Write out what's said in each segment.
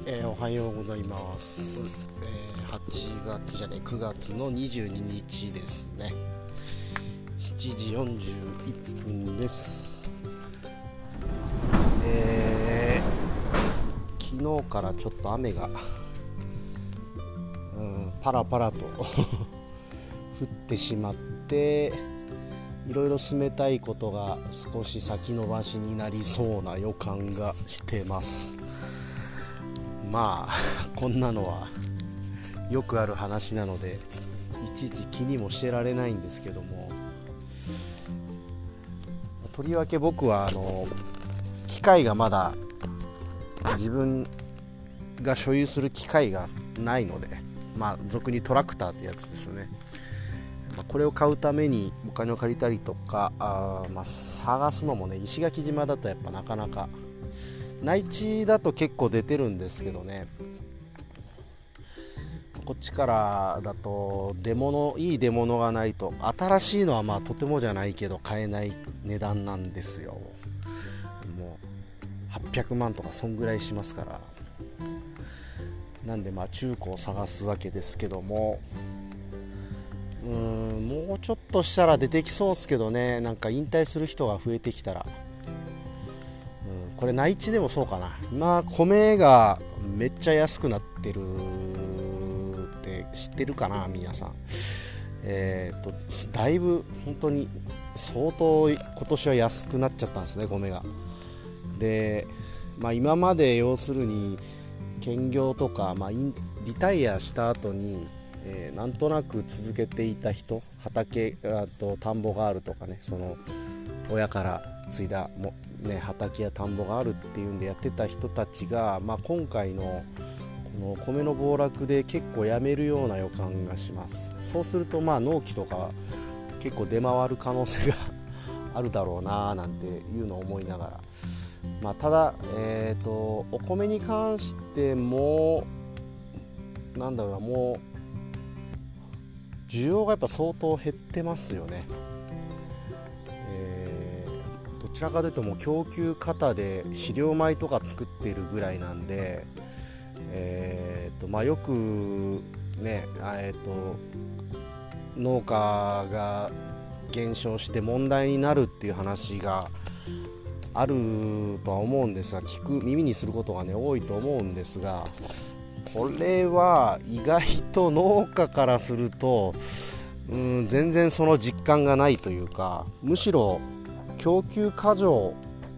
おはようございます。9月の22日ですね。7時41分です。昨日からちょっと雨が、パラパラと降ってしまって、いろいろ進めたいことが少し先延ばしになりそうな予感がしてます。まあこんなのはよくある話なのでいちいち気にもしてられないんですけども、とりわけ僕は機械がまだ自分が所有する機械がないので、俗にトラクターってやつですよね。これを買うためにお金を借りたりとか探すのもね、石垣島だとやっぱなかなか、内地だと結構出てるんですけどね、こっちからだといい出物がないと、新しいのはとてもじゃないけど買えない値段なんですよ。もう800万とかそんぐらいしますから、なんで中古を探すわけですけども、もうちょっとしたら出てきそうですけどね。なんか引退する人が増えてきたら、これ内地でもそうかな。今米がめっちゃ安くなってるって知ってるかな皆さん。だいぶ本当に相当今年は安くなっちゃったんですね、米が。で、今まで要するに兼業とか、リタイアした後になんとなく続けていた人、田んぼがあるとかね、その親から継いだ畑や田んぼがあるっていうんでやってた人たちが、今回のこの米の暴落で結構やめるような予感がします。そうすると納期とか結構出回る可能性があるだろうななんていうのを思いながら、ただ、お米に関してももう需要がやっぱ相当減ってますよね。どちらかというともう供給過多で飼料米とか作っているぐらいなんで、よくね、農家が減少して問題になるっていう話があるとは思うんですが、耳にすることがね多いと思うんですが、これは意外と農家からすると全然その実感がないというか、むしろ供給過剰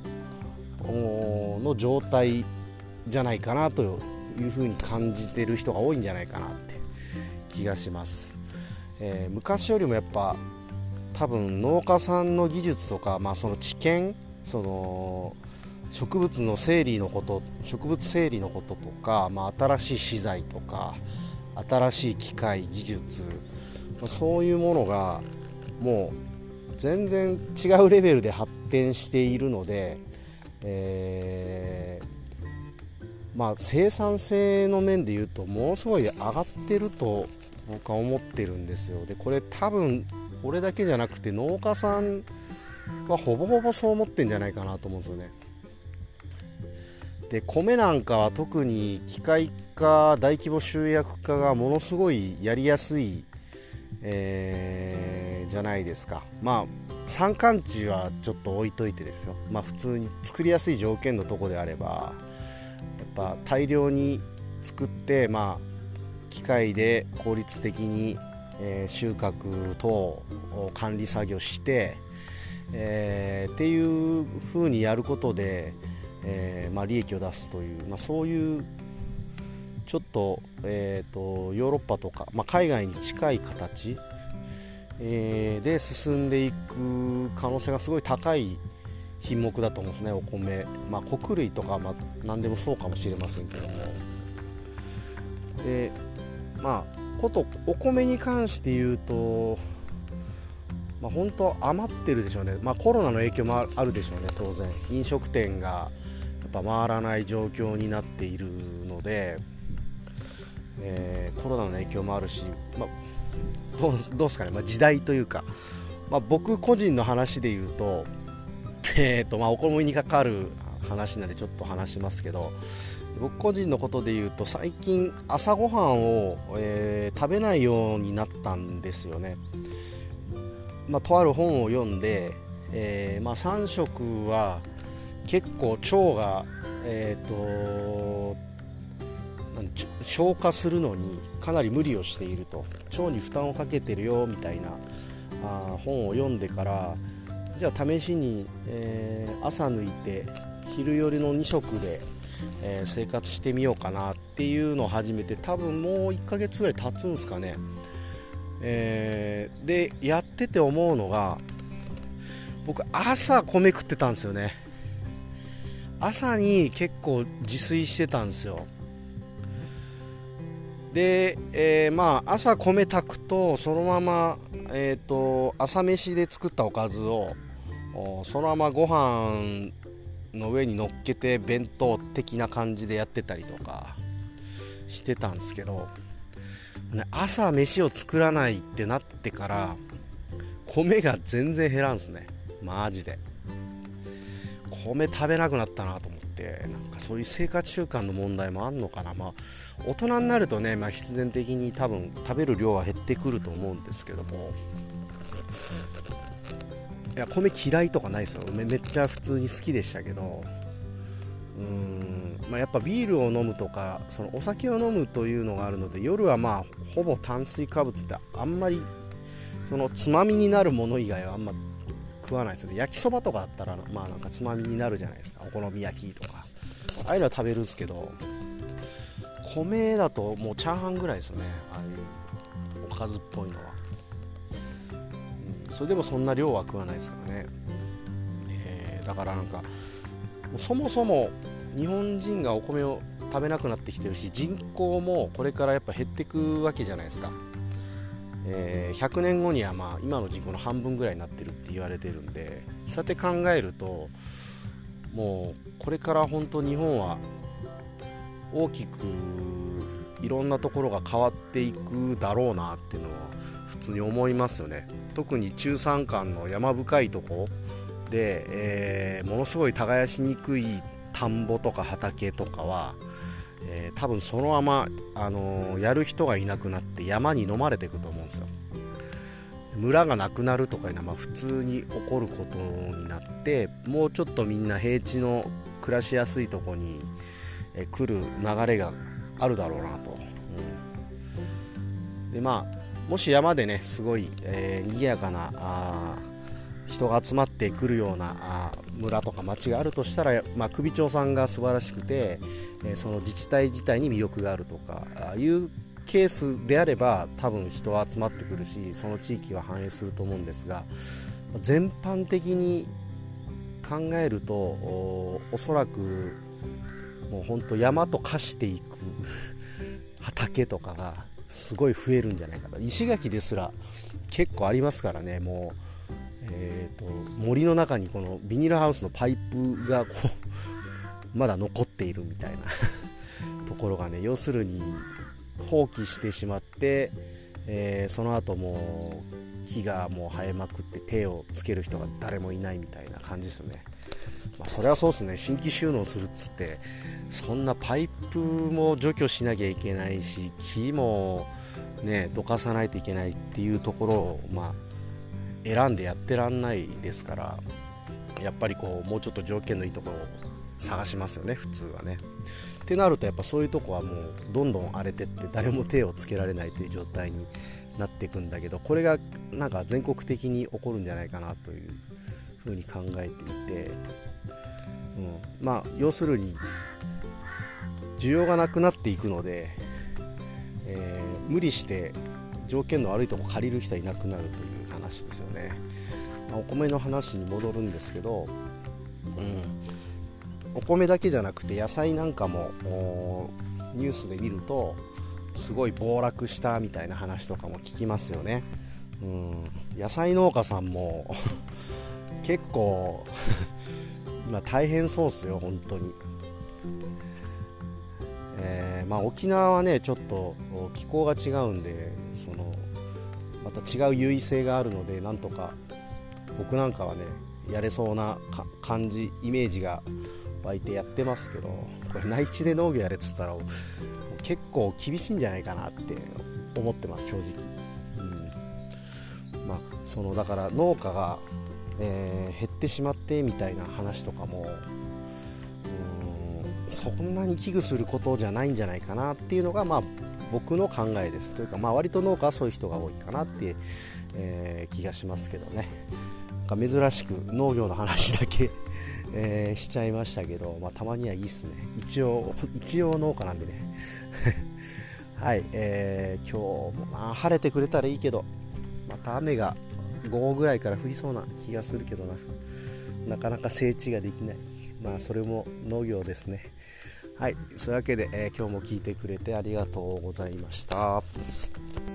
の状態じゃないかなというふうに感じている人が多いんじゃないかなって気がします。昔よりもやっぱ多分農家さんの技術とか、その知見、その植物整理のこととか、新しい資材とか新しい機械技術、そういうものがもう全然違うレベルで発展しているので、生産性の面でいうとものすごい上がってると僕は思ってるんですよ。でこれ多分これだけじゃなくて農家さんはほぼほぼそう思ってんじゃないかなと思うんですよね。で米なんかは特に機械化、大規模集約化がものすごいやりやすい、じゃないですか。山間地はちょっと置いといてですよ、普通に作りやすい条件のとこであればやっぱ大量に作って、機械で効率的に、収穫等管理作業して、っていう風にやることで、利益を出すという、そういうちょっと、ヨーロッパとか、海外に近い形、で進んでいく可能性がすごい高い品目だと思うんですね、お米。穀類とか何でもそうかもしれませんけども。でお米に関して言うと、本当余ってるでしょうね。コロナの影響もあるでしょうね。当然飲食店がやっぱ回らない状況になっているので、コロナの影響もあるし、どうですかね、時代というか、僕個人の話で言うと、お米にかかる話なんでちょっと話しますけど、僕個人のことで言うと最近朝ごはんを、食べないようになったんですよね。とある本を読んで、3食は結構腸が、消化するのにかなり無理をしていると、腸に負担をかけてるよみたいな本を読んでから、じゃあ試しに、朝抜いて昼夜の2食で、生活してみようかなっていうのを始めて、多分もう1ヶ月ぐらい経つんですかね。でやってて思うのが、僕朝米食ってたんですよね。朝に結構自炊してたんですよ。で、朝米炊くとそのまま、朝飯で作ったおかずをそのままご飯の上に乗っけて弁当的な感じでやってたりとかしてたんですけど、朝飯を作らないってなってから米が全然減らんですね。マジで米食べなくなったなと思って、なんかそういう生活習慣の問題もあんのかな。大人になるとね、必然的に多分食べる量は減ってくると思うんですけども、いや米嫌いとかないですよ。めっちゃ普通に好きでしたけど、やっぱビールを飲むとかそのお酒を飲むというのがあるので、夜はほぼ炭水化物ってあんまりそのつまみになるもの以外はあんま食わないですよね。焼きそばとかだったらなんかつまみになるじゃないですか。お好み焼きとかああいうのは食べるんですけど、米だともうチャーハンぐらいですよね、ああいうおかずっぽいのは。それでもそんな量は食わないですからね。だからなんかそもそも日本人がお米を食べなくなってきてるし、人口もこれからやっぱ減ってくわけじゃないですか。100年後には今の人口の半分ぐらいになってるって言われてるんで、そうやって考えるともうこれから本当日本は大きくいろんなところが変わっていくだろうなっていうのは普通に思いますよね。特に中山間の山深いとこで、ものすごい耕しにくい田んぼとか畑とかは、多分そのまま、やる人がいなくなって山に飲まれていくと思うんですよ。村がなくなるとかいうのは普通に起こることになって、もうちょっとみんな平地の暮らしやすいとこに、来る流れがあるだろうなと、でもし山でねすごい、賑やかな人が集まってくるような村とか町があるとしたら、首長さんが素晴らしくて、その自治体自体に魅力があるとかいうケースであれば多分人は集まってくるし、その地域は繁栄すると思うんですが、全般的に考えるとおそらくもう本当山と化していく畑とかがすごい増えるんじゃないかと。石垣ですら結構ありますからね。もう、森の中にこのビニールハウスのパイプがまだ残っているみたいなところがね、要するに放棄してしまって、その後もう木がもう生えまくって手をつける人が誰もいないみたいな感じですよね。それはそうですね。新規収納するっつってそんなパイプも除去しなきゃいけないし、木もねどかさないといけないっていうところを選んでやってらんないですから、やっぱりもうちょっと条件のいいところを探しますよね、普通はね。ってなるとやっぱそういうとこはもうどんどん荒れてって誰も手をつけられないという状態になっていくんだけど、これがなんか全国的に起こるんじゃないかなというふうに考えていて、要するに需要がなくなっていくので、無理して条件の悪いとこ借りる人はいなくなるという話ですよね。お米の話に戻るんですけど、お米だけじゃなくて野菜なんかもニュースで見るとすごい暴落したみたいな話とかも聞きますよね。野菜農家さんも結構今大変そうっすよ本当に。沖縄はねちょっと気候が違うんで、また違う優位性があるので、なんとか僕なんかはねやれそうな感じイメージが湧いてやってますけど、これ内地で農業やれっつったら結構厳しいんじゃないかなって思ってます、正直。だから農家が、減ってしまってみたいな話とかもそんなに危惧することじゃないんじゃないかなっていうのが、僕の考えです。というか、割と農家はそういう人が多いかなって、気がしますけどね。珍しく農業の話だけしちゃいましたけど、たまにはいいっすね。一応農家なんでねはい、今日も晴れてくれたらいいけど、また雨が午後ぐらいから降りそうな気がするけどなかなか整地ができない。それも農業ですね。はい、そういうわけで、今日も聞いてくれてありがとうございました。